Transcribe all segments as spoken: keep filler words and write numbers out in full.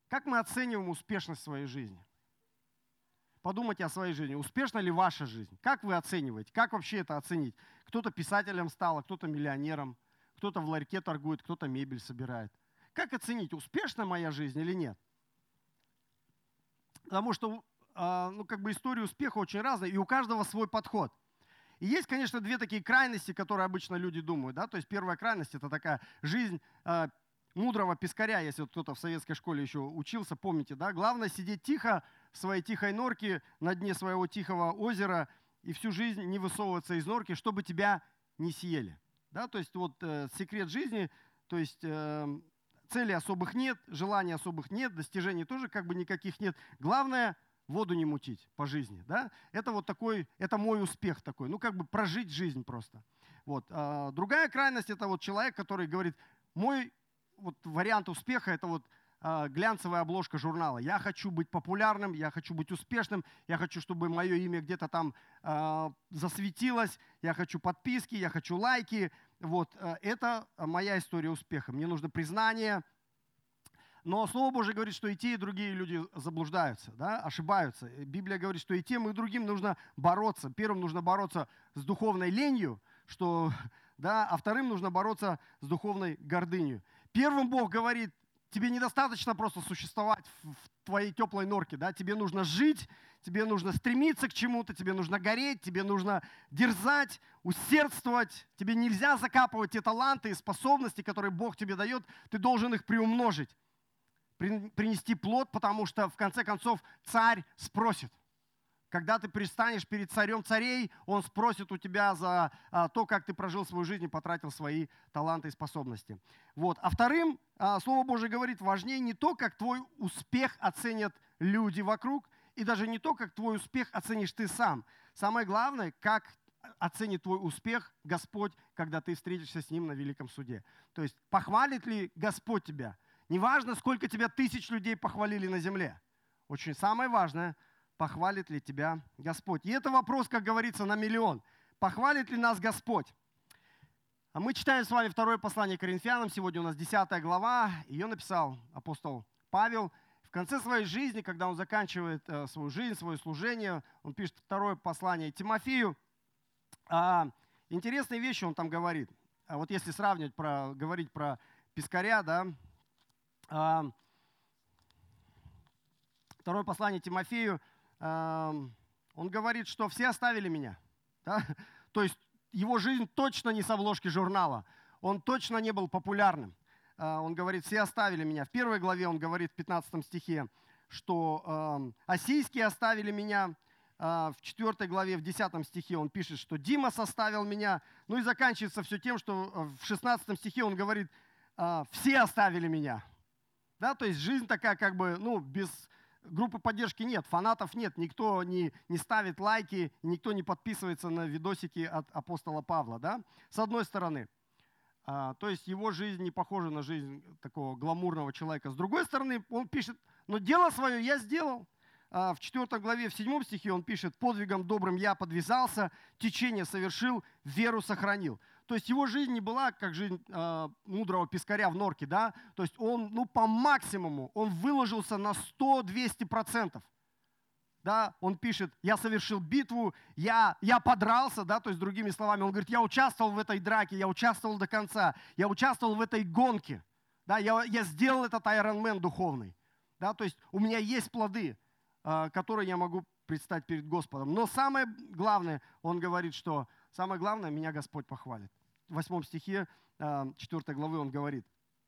Как мы оцениваем успешность своей жизни? Подумайте о своей жизни. Успешна ли ваша жизнь? Как вы оцениваете? Как вообще это оценить? Кто-то писателем стал, а кто-то миллионером, кто-то в ларьке торгует, кто-то мебель собирает. Как оценить, успешна моя жизнь или нет? Потому что ну, как бы история успеха очень разная, и у каждого свой подход. И есть, конечно, две такие крайности, которые обычно люди думают. Да? То есть первая крайность – это такая жизнь э, мудрого пескаря, если вот кто-то в советской школе еще учился, помните, да? Главное сидеть тихо в своей тихой норке на дне своего тихого озера и всю жизнь не высовываться из норки, чтобы тебя не съели. Да? То есть вот э, секрет жизни, то есть э, целей особых нет, желаний особых нет, достижений тоже как бы никаких нет. Главное – воду не мутить по жизни. Да? Это вот такой, это мой успех такой, ну как бы прожить жизнь просто. Вот. А другая крайность – это вот человек, который говорит, мой вот вариант успеха – это вот а, глянцевая обложка журнала. Я хочу быть популярным, я хочу быть успешным, я хочу, чтобы мое имя где-то там а, засветилось, я хочу подписки, я хочу лайки. Вот. Это моя история успеха. Мне нужно признание. Но Слово Божие говорит, что и те, и другие люди заблуждаются, да, ошибаются. Библия говорит, что и тем, и другим нужно бороться. Первым нужно бороться с духовной ленью, что, да, а вторым нужно бороться с духовной гордыней. Первым Бог говорит, тебе недостаточно просто существовать в твоей теплой норке, да, тебе нужно жить, тебе нужно стремиться к чему-то, тебе нужно гореть, тебе нужно дерзать, усердствовать. Тебе нельзя закапывать те таланты и способности, которые Бог тебе дает, ты должен их приумножить. Принести плод, потому что, в конце концов, царь спросит. Когда ты предстанешь перед царем царей, он спросит у тебя за а, то, как ты прожил свою жизнь и потратил свои таланты и способности. Вот. А вторым, а, Слово Божие говорит, важнее не то, как твой успех оценят люди вокруг, и даже не то, как твой успех оценишь ты сам. Самое главное, как оценит твой успех Господь, когда ты встретишься с Ним на великом суде. То есть, похвалит ли Господь тебя? Неважно, сколько тебя тысяч людей похвалили на земле. Очень самое важное, похвалит ли тебя Господь. И это вопрос, как говорится, на миллион. Похвалит ли нас Господь? А мы читаем с вами второе послание Коринфянам. Сегодня у нас десятая глава. Ее написал апостол Павел. В конце своей жизни, когда он заканчивает э, свою жизнь, свое служение, он пишет второе послание Тимофею. А, интересные вещи он там говорит. А вот если сравнивать, про, говорить про пескаря, да, второе послание Тимофею, он говорит, что все оставили меня. Да? То есть его жизнь точно не с обложки журнала. Он точно не был популярным. Он говорит, все оставили меня. В первой главе он говорит в пятнадцатом стихе, что ассийские оставили меня. В четвёртой главе, в десятом стихе он пишет, что Димас оставил меня. Ну и заканчивается все тем, что в шестнадцатом стихе он говорит, все оставили меня. Да, то есть жизнь такая, как бы, ну, без группы поддержки нет, фанатов нет, никто не, не ставит лайки, никто не подписывается на видосики от апостола Павла, да, с одной стороны. А, то есть его жизнь не похожа на жизнь такого гламурного человека. С другой стороны, он пишет, но дело свое я сделал. А, в четвёртой главе, в седьмом стихе он пишет, подвигом добрым я подвязался, течение совершил, веру сохранил. То есть его жизнь не была как жизнь э, мудрого пескаря в норке, да, то есть он, ну, по максимуму, он выложился на сто-двести процентов. Да, он пишет, я совершил битву, я, я подрался, да, то есть другими словами, он говорит, я участвовал в этой драке, я участвовал до конца, я участвовал в этой гонке, да, я, я сделал этот айронмен духовный, да, то есть у меня есть плоды, э, которые я могу предстать перед Господом. Но самое главное, он говорит, что самое главное, меня Господь похвалит. В восьмом стихе четвёртой главы он говорит,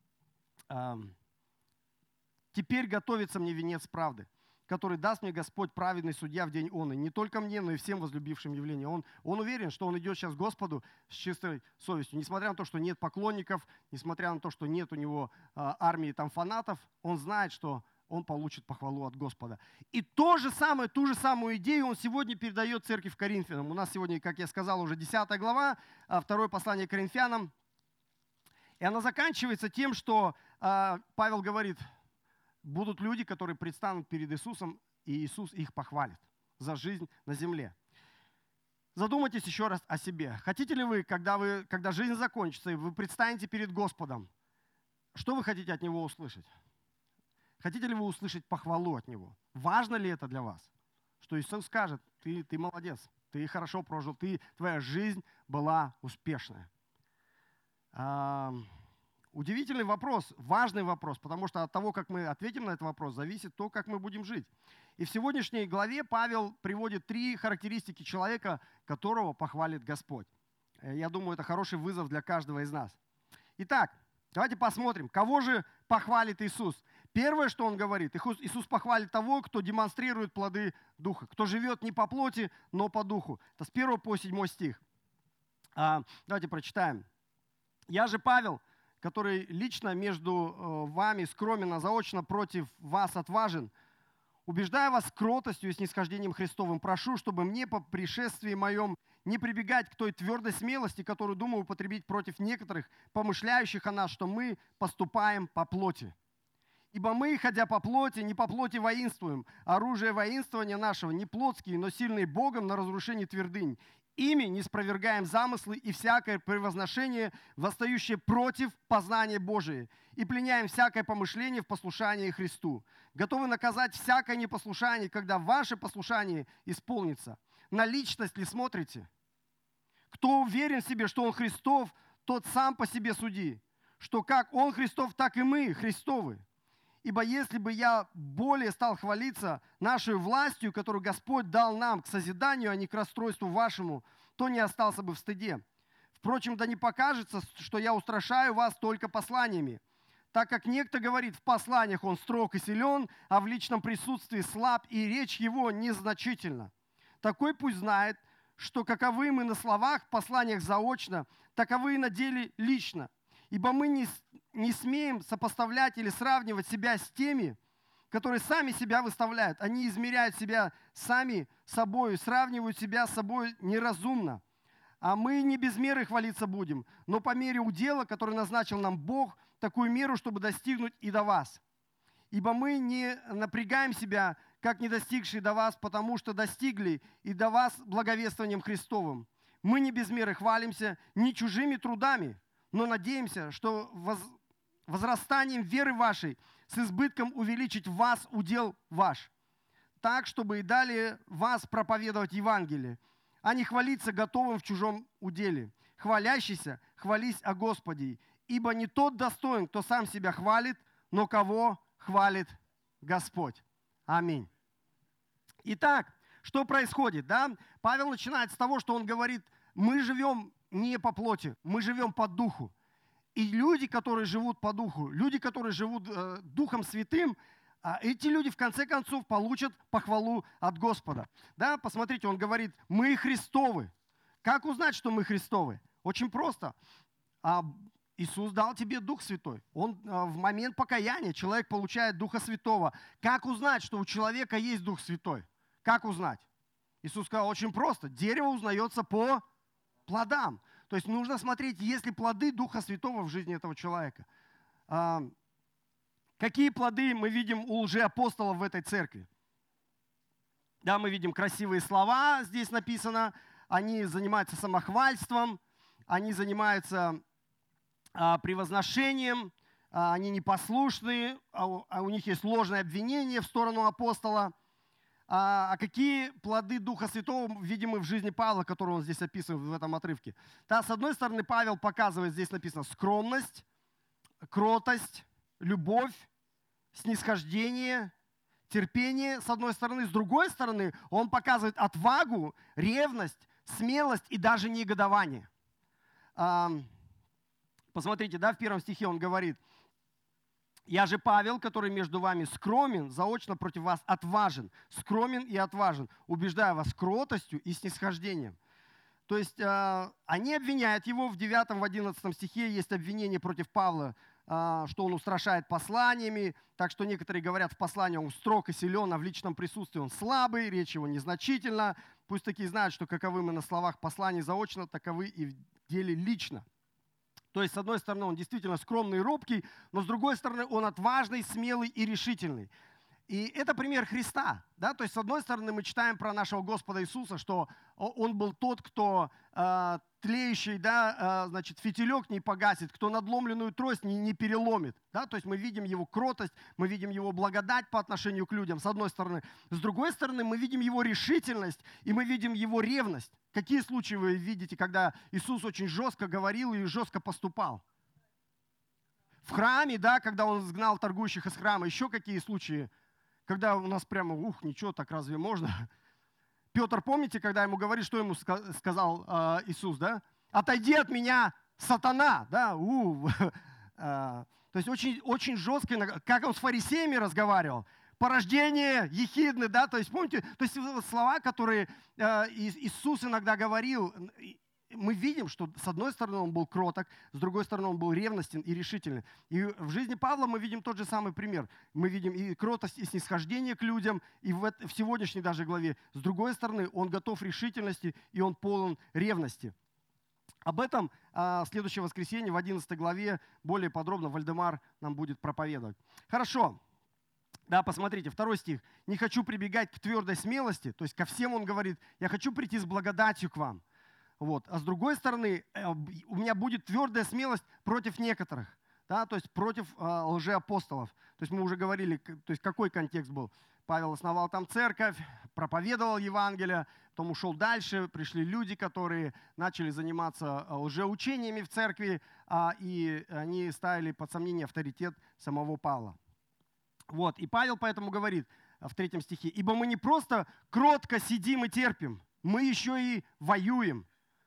«Теперь готовится мне венец правды, который даст мне Господь праведный судья в день он, и не только мне, но и всем возлюбившим явление». Он, он уверен, что он идет сейчас к Господу с чистой совестью. Несмотря на то, что нет поклонников, несмотря на то, что нет у него армии там фанатов, он знает, что он получит похвалу от Господа. И то же самое, ту же самую идею он сегодня передает церкви в Коринфянам. У нас сегодня, как я сказал, уже десятая глава, второе послание Коринфянам. И она заканчивается тем, что Павел говорит, будут люди, которые предстанут перед Иисусом, и Иисус их похвалит за жизнь на земле. Задумайтесь еще раз о себе. Хотите ли вы, когда, вы, когда жизнь закончится, и вы предстанете перед Господом, что вы хотите от Него услышать? Хотите ли вы услышать похвалу от Него? Важно ли это для вас? Что Иисус скажет, ты, ты молодец, ты хорошо прожил, ты, твоя жизнь была успешная. А, удивительный вопрос, важный вопрос, потому что от того, как мы ответим на этот вопрос, зависит то, как мы будем жить. И в сегодняшней главе Павел приводит три характеристики человека, которого похвалит Господь. Я думаю, это хороший вызов для каждого из нас. Итак, давайте посмотрим, кого же похвалит Иисус. Первое, что Он говорит, Иисус похвалит того, кто демонстрирует плоды Духа, кто живет не по плоти, но по Духу. Это с первого по седьмой стих. Давайте прочитаем. «Я же Павел, который лично между вами скромен, а заочно против вас отважен, убеждая вас кротостью и снисхождением Христовым, прошу, чтобы мне по пришествии моем не прибегать к той твердой смелости, которую думаю употребить против некоторых, помышляющих о нас, что мы поступаем по плоти. Ибо мы, ходя по плоти, не по плоти воинствуем. Оружие воинствования нашего не плотские, но сильные Богом на разрушение твердынь. Ими не спровергаем замыслы и всякое превозношение, восстающее против познания Божия, и пленяем всякое помышление в послушании Христу. Готовы наказать всякое непослушание, когда ваше послушание исполнится. На личность ли смотрите? Кто уверен в себе, что он Христов, тот сам по себе суди, что как он Христов, так и мы Христовы. Ибо если бы я более стал хвалиться нашей властью, которую Господь дал нам к созиданию, а не к расстройству вашему, то не остался бы в стыде. Впрочем, да не покажется, что я устрашаю вас только посланиями, так как некто говорит, в посланиях он строг и силен, а в личном присутствии слаб, и речь его незначительна. Такой пусть знает, что каковы мы на словах, в посланиях заочно, таковы и на деле лично. Ибо мы не, не смеем сопоставлять или сравнивать себя с теми, которые сами себя выставляют. Они измеряют себя сами собой, сравнивают себя с собой неразумно. А мы не без меры хвалиться будем, но по мере удела, который назначил нам Бог, такую меру, чтобы достигнуть и до вас. Ибо мы не напрягаем себя, как не достигшие до вас, потому что достигли и до вас благовествованием Христовым. Мы не без меры хвалимся не чужими трудами, но надеемся, что возрастанием веры вашей с избытком увеличить в вас удел ваш, так, чтобы и далее вас проповедовать Евангелие, а не хвалиться готовым в чужом уделе. Хвалящийся, хвались о Господе, ибо не тот достоин, кто сам себя хвалит, но кого хвалит Господь. Аминь. Итак, что происходит? Да? Павел начинает с того, что он говорит, мы живем не по плоти, мы живем по духу. И люди, которые живут по духу, люди, которые живут э, Духом Святым, э, эти люди в конце концов получат похвалу от Господа. Да? Посмотрите, он говорит, мы Христовы. Как узнать, что мы Христовы? Очень просто. А, Иисус дал тебе Дух Святой. Он э, в момент покаяния человек получает Духа Святого. Как узнать, что у человека есть Дух Святой? Как узнать? Иисус сказал, очень просто. Дерево узнается по плодам. То есть нужно смотреть, есть ли плоды Духа Святого в жизни этого человека. А, какие плоды мы видим у лжеапостолов в этой церкви? Да, мы видим красивые слова, здесь написано. Они занимаются самохвальством, они занимаются а, превозношением, а, они непослушные, а у, а у них есть ложное обвинение в сторону апостола. А какие плоды Духа Святого видимы в жизни Павла, которые он здесь описывает в этом отрывке? Да, с одной стороны, Павел показывает, здесь написано, скромность, кротость, любовь, снисхождение, терпение, с одной стороны. С другой стороны, он показывает отвагу, ревность, смелость и даже негодование. Посмотрите, да, в первом стихе он говорит, «Я же Павел, который между вами скромен, заочно против вас отважен, скромен и отважен, убеждая вас кротостью и снисхождением». То есть э, они обвиняют его, в девятом, в одиннадцатом стихе есть обвинение против Павла, э, что он устрашает посланиями, так что некоторые говорят, в послании он строг и силен, а в личном присутствии он слабый, речь его незначительна. Пусть такие знают, что каковы мы на словах посланий заочно, таковы и в деле лично. То есть, с одной стороны, он действительно скромный и робкий, но с другой стороны, он отважный, смелый и решительный. И это пример Христа. Да? То есть, с одной стороны, мы читаем про нашего Господа Иисуса, что Он был тот, кто э, тлеющий, да, значит, фитилек не погасит, кто надломленную трость не, не переломит. Да? То есть мы видим его кротость, мы видим его благодать по отношению к людям, с одной стороны. С другой стороны, мы видим его решительность, и мы видим его ревность. Какие случаи вы видите, когда Иисус очень жестко говорил и жестко поступал? В храме, да, когда он сгнал торгующих из храма. Еще какие случаи, когда у нас прямо, ух, ничего, так разве можно? Петр, помните, когда ему говорит, что ему сказал э, Иисус, да? Отойди от меня, сатана, да? У, э, то есть очень, очень жестко, как он с фарисеями разговаривал. Порождение ехидны, да? То есть помните, то есть слова, которые э, Иисус иногда говорил, мы видим, что с одной стороны он был кроток, с другой стороны он был ревностен и решительный. И в жизни Павла мы видим тот же самый пример. Мы видим и кротость, и снисхождение к людям, и в, в сегодняшней даже главе. С другой стороны, он готов решительности, и он полон ревности. Об этом а, в следующее воскресенье в одиннадцатой главе более подробно Вальдемар нам будет проповедовать. Хорошо. Да, посмотрите, второй стих. «Не хочу прибегать к твердой смелости», то есть ко всем он говорит, «я хочу прийти с благодатью к вам». Вот. А с другой стороны, у меня будет твердая смелость против некоторых, да, то есть против э, лжеапостолов. То есть мы уже говорили, то есть какой контекст был. Павел основал там церковь, проповедовал Евангелие, потом ушел дальше, пришли люди, которые начали заниматься лжеучениями в церкви, э, и они ставили под сомнение авторитет самого Павла. Вот. И Павел поэтому говорит в третьем стихе, «Ибо мы не просто кротко сидим и терпим, мы еще и воюем».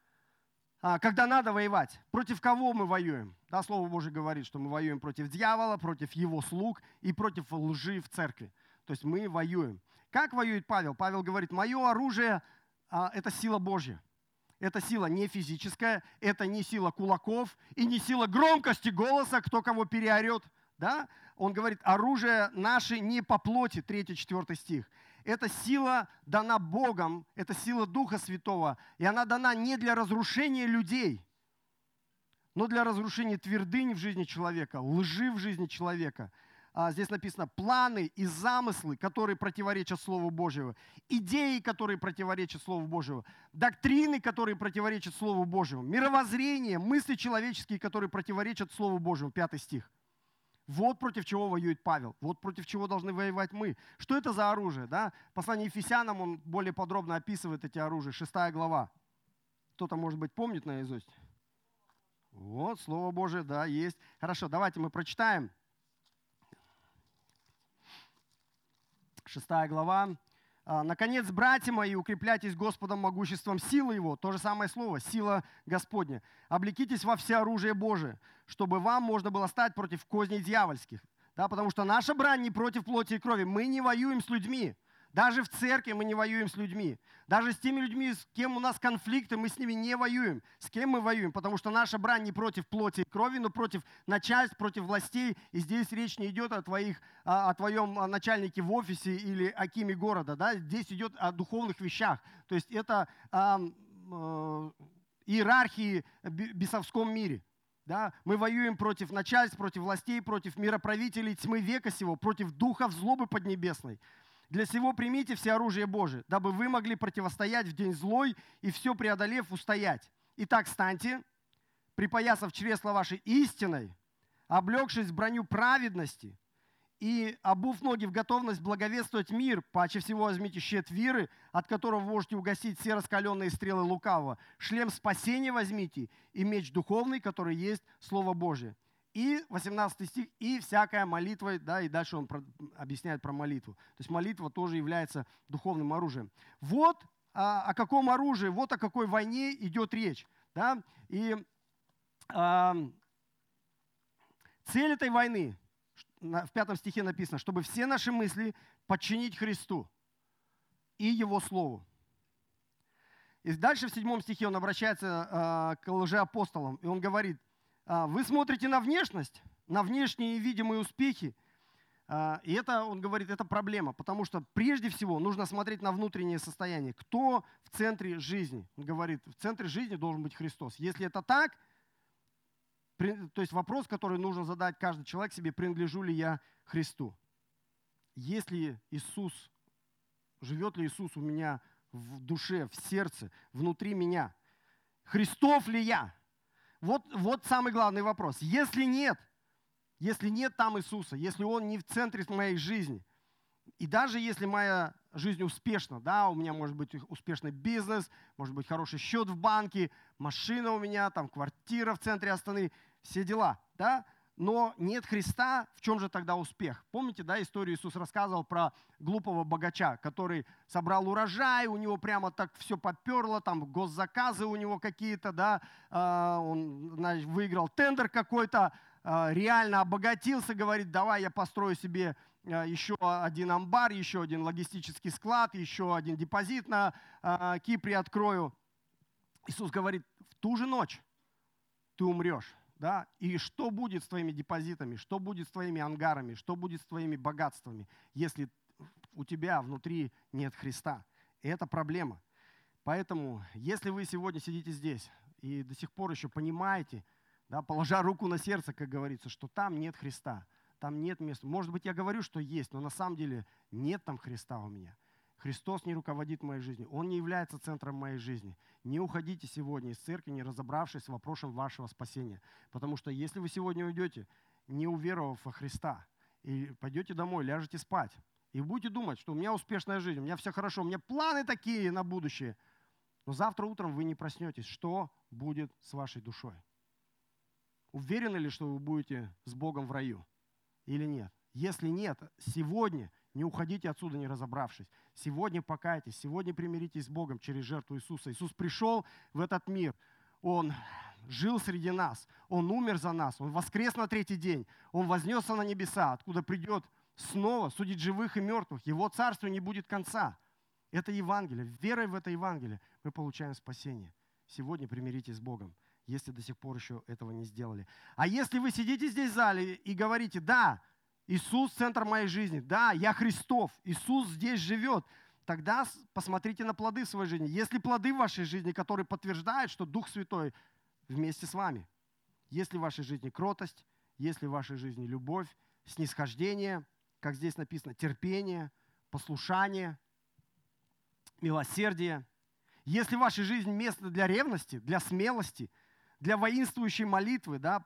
Когда надо воевать. Против кого мы воюем? Да, Слово Божие говорит, что мы воюем против дьявола, против его слуг и против лжи в церкви. То есть мы воюем. Как воюет Павел? Павел говорит, мое оружие а, – это сила Божья. Это сила не физическая, это не сила кулаков и не сила громкости голоса, кто кого переорет. Да? Он говорит, оружие наше не по плоти, третий-четвёртый стих. Эта сила дана Богом, это сила Духа Святого, и она дана не для разрушения людей, но для разрушения твердынь в жизни человека, лжи в жизни человека. А здесь написано планы и замыслы, которые противоречат Слову Божьему, идеи, которые противоречат Слову Божьему, доктрины, которые противоречат Слову Божьему, мировоззрение, мысли человеческие, которые противоречат Слову Божьему. Пятый стих. Вот против чего воюет Павел, вот против чего должны воевать мы. Что это за оружие? Да? В послании Ефесянам он более подробно описывает эти оружия. Шестая глава. Кто-то, может быть, помнит наизусть? Вот, Слово Божие, да, есть. Хорошо, давайте мы прочитаем. Шестая глава. «Наконец, братья мои, укрепляйтесь Господом могуществом силы Его». То же самое слово, сила Господня. «Облекитесь во всеоружие Божие, чтобы вам можно было стать против козней дьявольских». Да, потому что наша брань не против плоти и крови. Мы не воюем с людьми. Даже в церкви мы не воюем с людьми. Даже с теми людьми, с кем у нас конфликты, мы с ними не воюем. С кем мы воюем? Потому что наша брань не против плоти и крови, но против начальств, против властей. И здесь речь не идет о, твоих, о твоем начальнике в офисе или акиме города. Да? Здесь идет о духовных вещах. То есть это о, о, иерархии в бесовском мире. Да? Мы воюем против начальств, против властей, против мироправителей тьмы века сего, против духов злобы поднебесной. Для сего примите все оружие Божие, дабы вы могли противостоять в день злой и все преодолев устоять. Итак, станьте, припоясав чресла вашей истиной, облегшись в броню праведности и обув ноги в готовность благовествовать мир, паче всего возьмите щит веры, от которого вы можете угасить все раскаленные стрелы лукавого. Шлем спасения возьмите и меч духовный, который есть Слово Божие. И восемнадцатый стих, и всякая молитва, да, и дальше он про, объясняет про молитву. То есть молитва тоже является духовным оружием. Вот а, о каком оружии, вот о какой войне идет речь. Да? И а, цель этой войны, в пятом стихе написано, чтобы все наши мысли подчинить Христу и Его Слову. И дальше в седьмом стихе он обращается а, к лжеапостолам, и он говорит, вы смотрите на внешность, на внешние видимые успехи, и это, он говорит, это проблема, потому что прежде всего нужно смотреть на внутреннее состояние. Кто в центре жизни? Он говорит, в центре жизни должен быть Христос. Если это так, то есть вопрос, который нужно задать каждый человек себе, принадлежу ли я Христу? Есть ли Иисус, живет ли Иисус у меня в душе, в сердце, внутри меня? Христов ли я? Вот, вот самый главный вопрос. Если нет, если нет там Иисуса, если Он не в центре моей жизни, и даже если моя жизнь успешна, да, у меня может быть успешный бизнес, может быть хороший счет в банке, машина у меня, там квартира в центре Астаны, все дела, да, но нет Христа, в чем же тогда успех? Помните, да, историю Иисус рассказывал про глупого богача, который собрал урожай, у него прямо так все поперло, там госзаказы у него какие-то, да, он, значит, выиграл тендер какой-то, реально обогатился, говорит, давай я построю себе еще один амбар, еще один логистический склад, еще один депозит на Кипре открою. Иисус говорит, в ту же ночь ты умрешь. Да? И что будет с твоими депозитами, что будет с твоими ангарами, что будет с твоими богатствами, если у тебя внутри нет Христа? И это проблема. Поэтому, если вы сегодня сидите здесь и до сих пор еще понимаете, да, положа руку на сердце, как говорится, что там нет Христа, там нет места. Может быть, я говорю, что есть, но на самом деле нет там Христа у меня. Христос не руководит моей жизнью. Он не является центром моей жизни. Не уходите сегодня из церкви, не разобравшись с вопросом вашего спасения. Потому что если вы сегодня уйдете, не уверовав во Христа, и пойдете домой, ляжете спать, и будете думать, что у меня успешная жизнь, у меня все хорошо, у меня планы такие на будущее, но завтра утром вы не проснетесь. Что будет с вашей душой? Уверены ли, что вы будете с Богом в раю или нет? Если нет, сегодня не уходите отсюда, не разобравшись. Сегодня покайтесь, сегодня примиритесь с Богом через жертву Иисуса. Иисус пришел в этот мир, Он жил среди нас, Он умер за нас, Он воскрес на третий день, Он вознесся на небеса, откуда придет снова судить живых и мертвых. Его царству не будет конца. Это Евангелие. Верой в это Евангелие мы получаем спасение. Сегодня примиритесь с Богом, если до сих пор еще этого не сделали. А если вы сидите здесь в зале и говорите, да, Иисус – центр моей жизни, да, я Христов, Иисус здесь живет, тогда посмотрите на плоды в своей жизни. Есть ли плоды в вашей жизни, которые подтверждают, что Дух Святой вместе с вами? Есть ли в вашей жизни кротость, есть ли в вашей жизни любовь, снисхождение, как здесь написано, терпение, послушание, милосердие? Есть ли в вашей жизни место для ревности, для смелости, для воинствующей молитвы, да?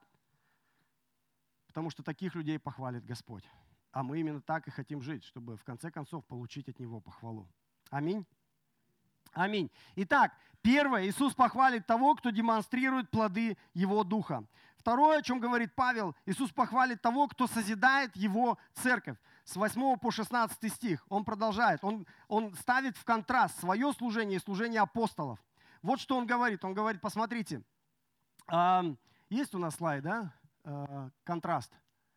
Потому что таких людей похвалит Господь. А мы именно так и хотим жить, чтобы в конце концов получить от Него похвалу. Аминь. Аминь. Итак, первое, Иисус похвалит того, кто демонстрирует плоды Его Духа. Второе, о чем говорит Павел, Иисус похвалит того, кто созидает Его церковь. С восьмого по шестнадцатый стих он продолжает. Он, он ставит в контраст свое служение и служение апостолов. Вот что он говорит. Он говорит, посмотрите, э, есть у нас слайд, да? Э, контраст.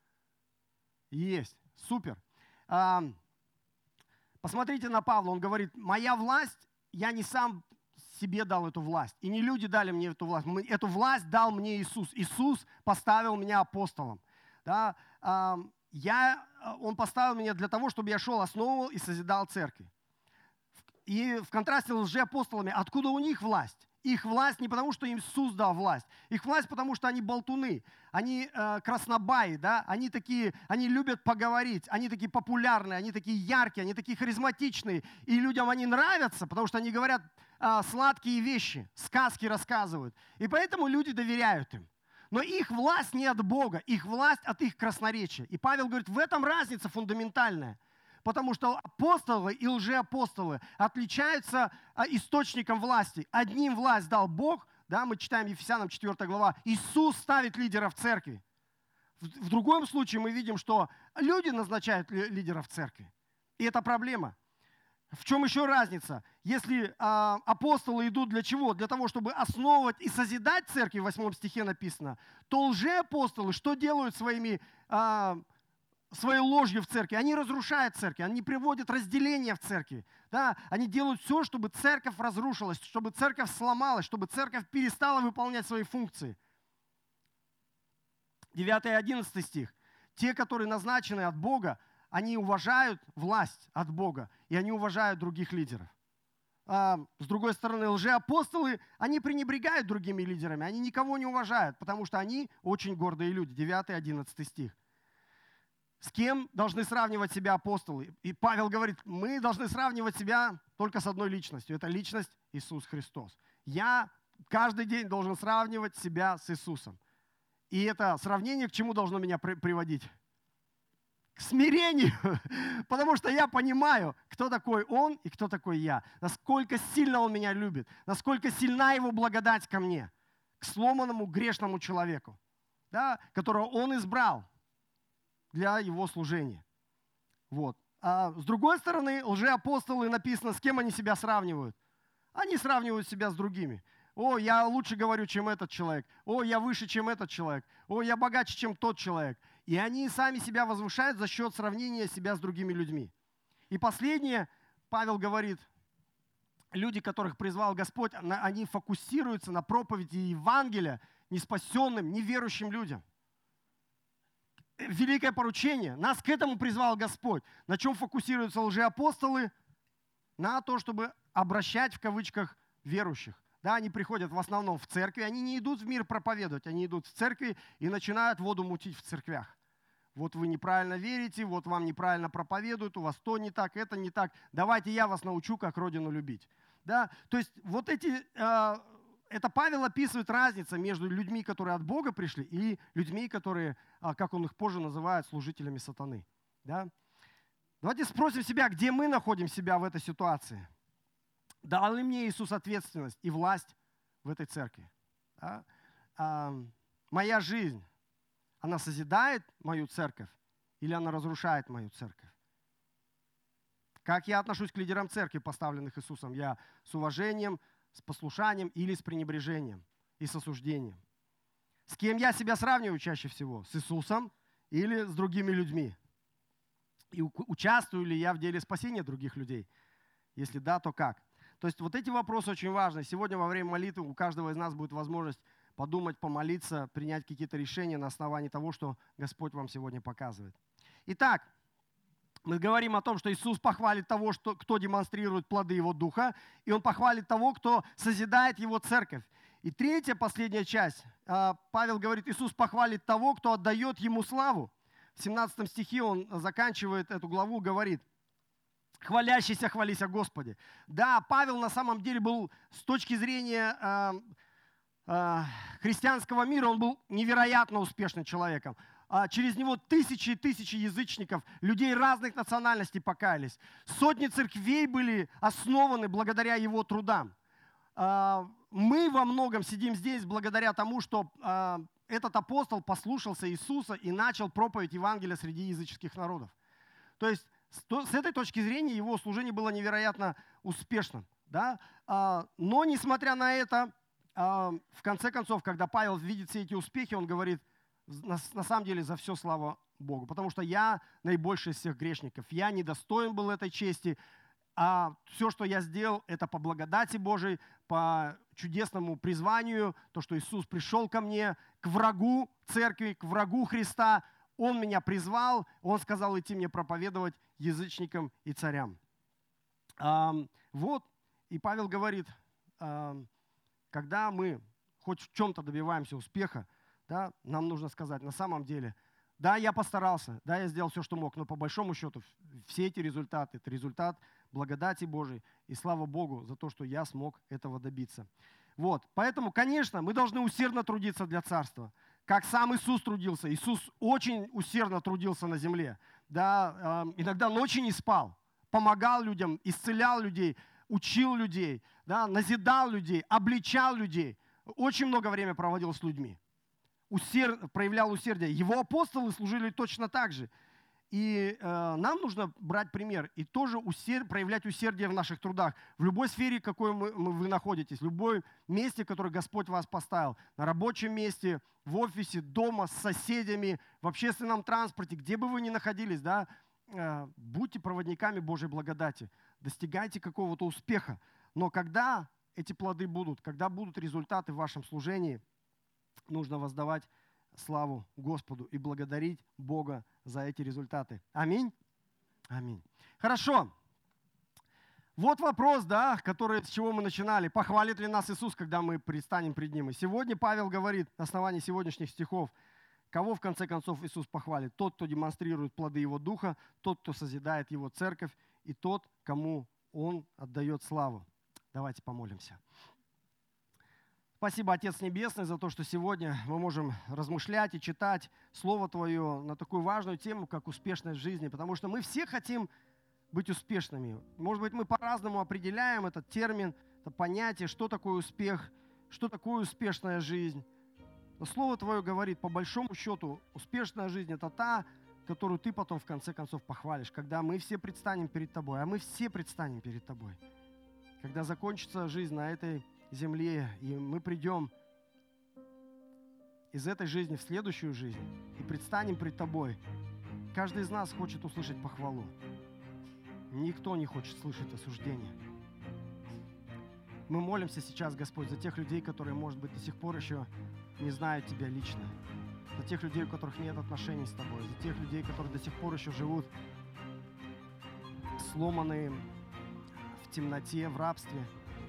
Есть. Супер. Э, посмотрите на Павла. Он говорит, моя власть, я не сам себе дал эту власть. И не люди дали мне эту власть. Эту власть дал мне Иисус. Иисус поставил меня апостолом. Да? Э, я, он поставил меня для того, чтобы я шел, основывал и созидал церкви. И в контрасте с лжеапостолами, откуда у них власть? Их власть не потому, что им Иисус дал власть. Их власть потому, что они болтуны, они э, краснобаи, да? Они такие, они любят поговорить, они такие популярные, они такие яркие, они такие харизматичные. И людям они нравятся, потому что они говорят э, сладкие вещи, сказки рассказывают. И поэтому люди доверяют им. Но их власть не от Бога, их власть от их красноречия. И Павел говорит, в этом разница фундаментальная. Потому что апостолы и лжеапостолы отличаются источником власти. Одним власть дал Бог, да, мы читаем Ефесянам четвёртая глава, Иисус ставит лидеров в церкви. В, в другом случае мы видим, что люди назначают лидеров в церкви. И это проблема. В чем еще разница? Если а, апостолы идут для чего? Для того, чтобы основывать и созидать церковь, в восьмом стихе написано, то лжеапостолы что делают своими, а, своей ложью в церкви? Они разрушают церковь, они приводят разделение в церкви. Да? Они делают все, чтобы церковь разрушилась, чтобы церковь сломалась, чтобы церковь перестала выполнять свои функции. девятый и одиннадцатый стих. Те, которые назначены от Бога, они уважают власть от Бога, и они уважают других лидеров. А, с другой стороны, лжеапостолы, они пренебрегают другими лидерами, они никого не уважают, потому что они очень гордые люди. девятый и одиннадцатый стих. С кем должны сравнивать себя апостолы? И Павел говорит, мы должны сравнивать себя только с одной личностью. Это личность Иисус Христос. Я каждый день должен сравнивать себя с Иисусом. И это сравнение к чему должно меня при- приводить? К смирению, потому что я понимаю, кто такой Он и кто такой я, насколько сильно Он меня любит, насколько сильна Его благодать ко мне, к сломанному грешному человеку, да, которого Он избрал для Его служения. Вот. А с другой стороны, лжеапостолы, написано, с кем они себя сравнивают? Они сравнивают себя с другими. О, я лучше говорю, чем этот человек. О, я выше, чем этот человек. О, я богаче, чем тот человек. И они сами себя возвышают за счет сравнения себя с другими людьми. И последнее, Павел говорит, люди, которых призвал Господь, они фокусируются на проповеди Евангелия неспасенным, неверующим людям. Великое поручение. Нас к этому призвал Господь. На чем фокусируются лжеапостолы? На то, чтобы обращать в кавычках верующих. Да, они приходят в основном в церкви, они не идут в мир проповедовать, они идут в церкви и начинают воду мутить в церквях. Вот вы неправильно верите, вот вам неправильно проповедуют, у вас то не так, это не так. Давайте я вас научу, как Родину любить. Да? То есть вот эти, э, это Павел описывает разницу между людьми, которые от Бога пришли, и людьми, которые, э, как он их позже называет, служителями сатаны. Да? Давайте спросим себя, где мы находим себя в этой ситуации. Дал ли мне Иисус ответственность и власть в этой церкви? Да? А, моя жизнь, она созидает мою церковь или она разрушает мою церковь? Как я отношусь к лидерам церкви, поставленных Иисусом? Я с уважением, с послушанием или с пренебрежением и с осуждением? С кем я себя сравниваю чаще всего? С Иисусом или с другими людьми? И участвую ли я в деле спасения других людей? Если да, то как? То есть вот эти вопросы очень важны. Сегодня во время молитвы у каждого из нас будет возможность подумать, помолиться, принять какие-то решения на основании того, что Господь вам сегодня показывает. Итак, мы говорим о том, что Иисус похвалит того, что, кто демонстрирует плоды Его Духа, и Он похвалит того, кто созидает Его церковь. И третья, последняя часть, Павел говорит, Иисус похвалит того, кто отдает Ему славу. В семнадцатом стихе он заканчивает эту главу, говорит, «Хвалящийся, хвались о Господе». Да, Павел на самом деле был с точки зрения э, э, христианского мира, он был невероятно успешным человеком. А через него тысячи и тысячи язычников, людей разных национальностей покаялись. Сотни церквей были основаны благодаря его трудам. Э, мы во многом сидим здесь благодаря тому, что э, этот апостол послушался Иисуса и начал проповедь Евангелия среди языческих народов. То есть с этой точки зрения его служение было невероятно успешным. Да? Но, несмотря на это, в конце концов, когда Павел видит все эти успехи, он говорит, на самом деле за все слава Богу, потому что я наибольший из всех грешников, я недостоин был этой чести, а все, что я сделал, это по благодати Божией, по чудесному призванию, то, что Иисус пришел ко мне, к врагу церкви, к врагу Христа. Он меня призвал, Он сказал идти мне проповедовать язычникам и царям. Вот, и Павел говорит, когда мы хоть в чем-то добиваемся успеха, да, нам нужно сказать, на самом деле, да, я постарался, да, я сделал все, что мог, но по большому счету все эти результаты, это результат благодати Божией, и слава Богу за то, что я смог этого добиться. Вот, поэтому, конечно, мы должны усердно трудиться для Царства. Как сам Иисус трудился. Иисус очень усердно трудился на земле. Да, э, иногда ночи не спал, помогал людям, исцелял людей, учил людей, да, назидал людей, обличал людей. Очень много времени проводил с людьми. Усер... Проявлял усердие. Его апостолы служили точно так же. И э, нам нужно брать пример и тоже усер... проявлять усердие в наших трудах. В любой сфере, в какой мы, мы, вы находитесь, в любом месте, в которое Господь вас поставил. На рабочем месте, в офисе, дома, с соседями, в общественном транспорте, где бы вы ни находились, да, э, будьте проводниками Божьей благодати. Достигайте какого-то успеха. Но когда эти плоды будут, когда будут результаты в вашем служении, нужно воздавать славу Господу и благодарить Бога за эти результаты. Аминь? Аминь. Хорошо. Вот вопрос, да, который, с чего мы начинали. Похвалит ли нас Иисус, когда мы предстанем пред Ним? И сегодня Павел говорит на основании сегодняшних стихов, кого в конце концов Иисус похвалит? Тот, кто демонстрирует плоды Его Духа, тот, кто созидает Его церковь, и тот, кому Он отдает славу. Давайте помолимся. Спасибо, Отец Небесный, за то, что сегодня мы можем размышлять и читать Слово Твое на такую важную тему, как успешность в жизни, потому что мы все хотим быть успешными. Может быть, мы по-разному определяем этот термин, это понятие, что такое успех, что такое успешная жизнь. Но Слово Твое говорит, по большому счету, успешная жизнь – это та, которую Ты потом в конце концов похвалишь, когда мы все предстанем перед Тобой, а мы все предстанем перед Тобой. Когда закончится жизнь на этой земле, и мы придем из этой жизни в следующую жизнь и предстанем пред Тобой, каждый из нас хочет услышать похвалу. Никто не хочет слышать осуждения. Мы молимся сейчас, Господь, за тех людей, которые, может быть, до сих пор еще не знают Тебя лично, за тех людей, у которых нет отношений с Тобой, за тех людей, которые до сих пор еще живут сломанные в темноте, в рабстве,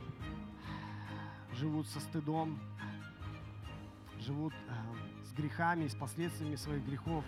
живут со стыдом, живут э, с грехами, с последствиями своих грехов.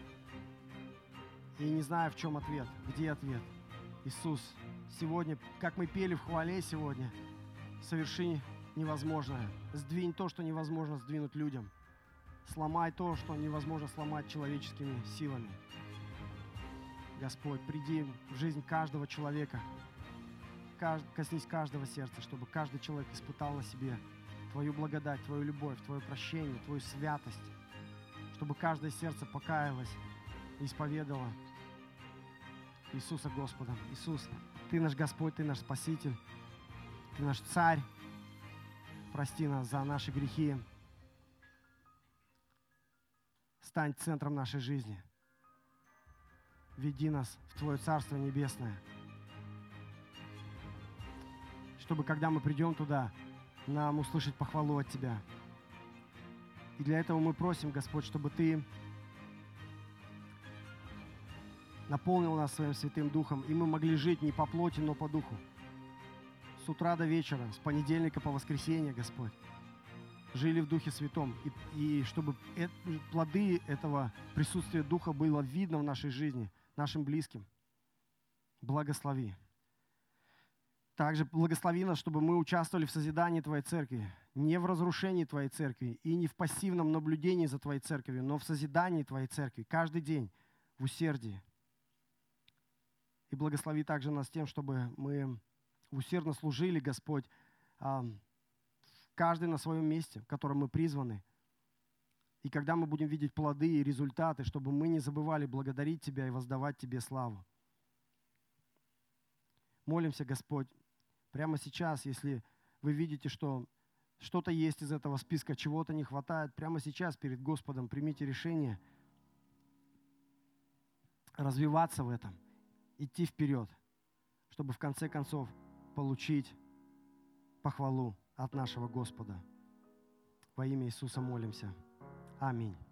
И не знаю, в чем ответ, где ответ. Иисус, сегодня, как мы пели в хвале сегодня, соверши невозможное. Сдвинь то, что невозможно сдвинуть людям. Сломай то, что невозможно сломать человеческими силами. Господь, приди в жизнь каждого человека. Коснись каждого сердца, чтобы каждый человек испытал на себе Твою благодать, Твою любовь, Твое прощение, Твою святость, чтобы каждое сердце покаялось и исповедало Иисуса Господом. Иисус, Ты наш Господь, Ты наш Спаситель, Ты наш Царь. Прости нас за наши грехи. Стань центром нашей жизни. Веди нас в Твое Царство Небесное, чтобы, когда мы придем туда, нам услышать похвалу от Тебя. И для этого мы просим, Господь, чтобы Ты наполнил нас Своим Святым Духом, и мы могли жить не по плоти, но по Духу. С утра до вечера, с понедельника по воскресенье, Господь, жили в Духе Святом. И, и чтобы это, плоды этого присутствия Духа было видно в нашей жизни, нашим близким. Благослови. Также благослови нас, чтобы мы участвовали в созидании Твоей церкви, не в разрушении Твоей церкви и не в пассивном наблюдении за Твоей церковью, но в созидании Твоей церкви каждый день в усердии. И благослови также нас тем, чтобы мы усердно служили, Господь, каждый на своем месте, в котором мы призваны. И когда мы будем видеть плоды и результаты, чтобы мы не забывали благодарить Тебя и воздавать Тебе славу. Молимся, Господь, прямо сейчас, если вы видите, что что-то есть из этого списка, чего-то не хватает, прямо сейчас перед Господом примите решение развиваться в этом, идти вперед, чтобы в конце концов получить похвалу от нашего Господа. Во имя Иисуса молимся. Аминь.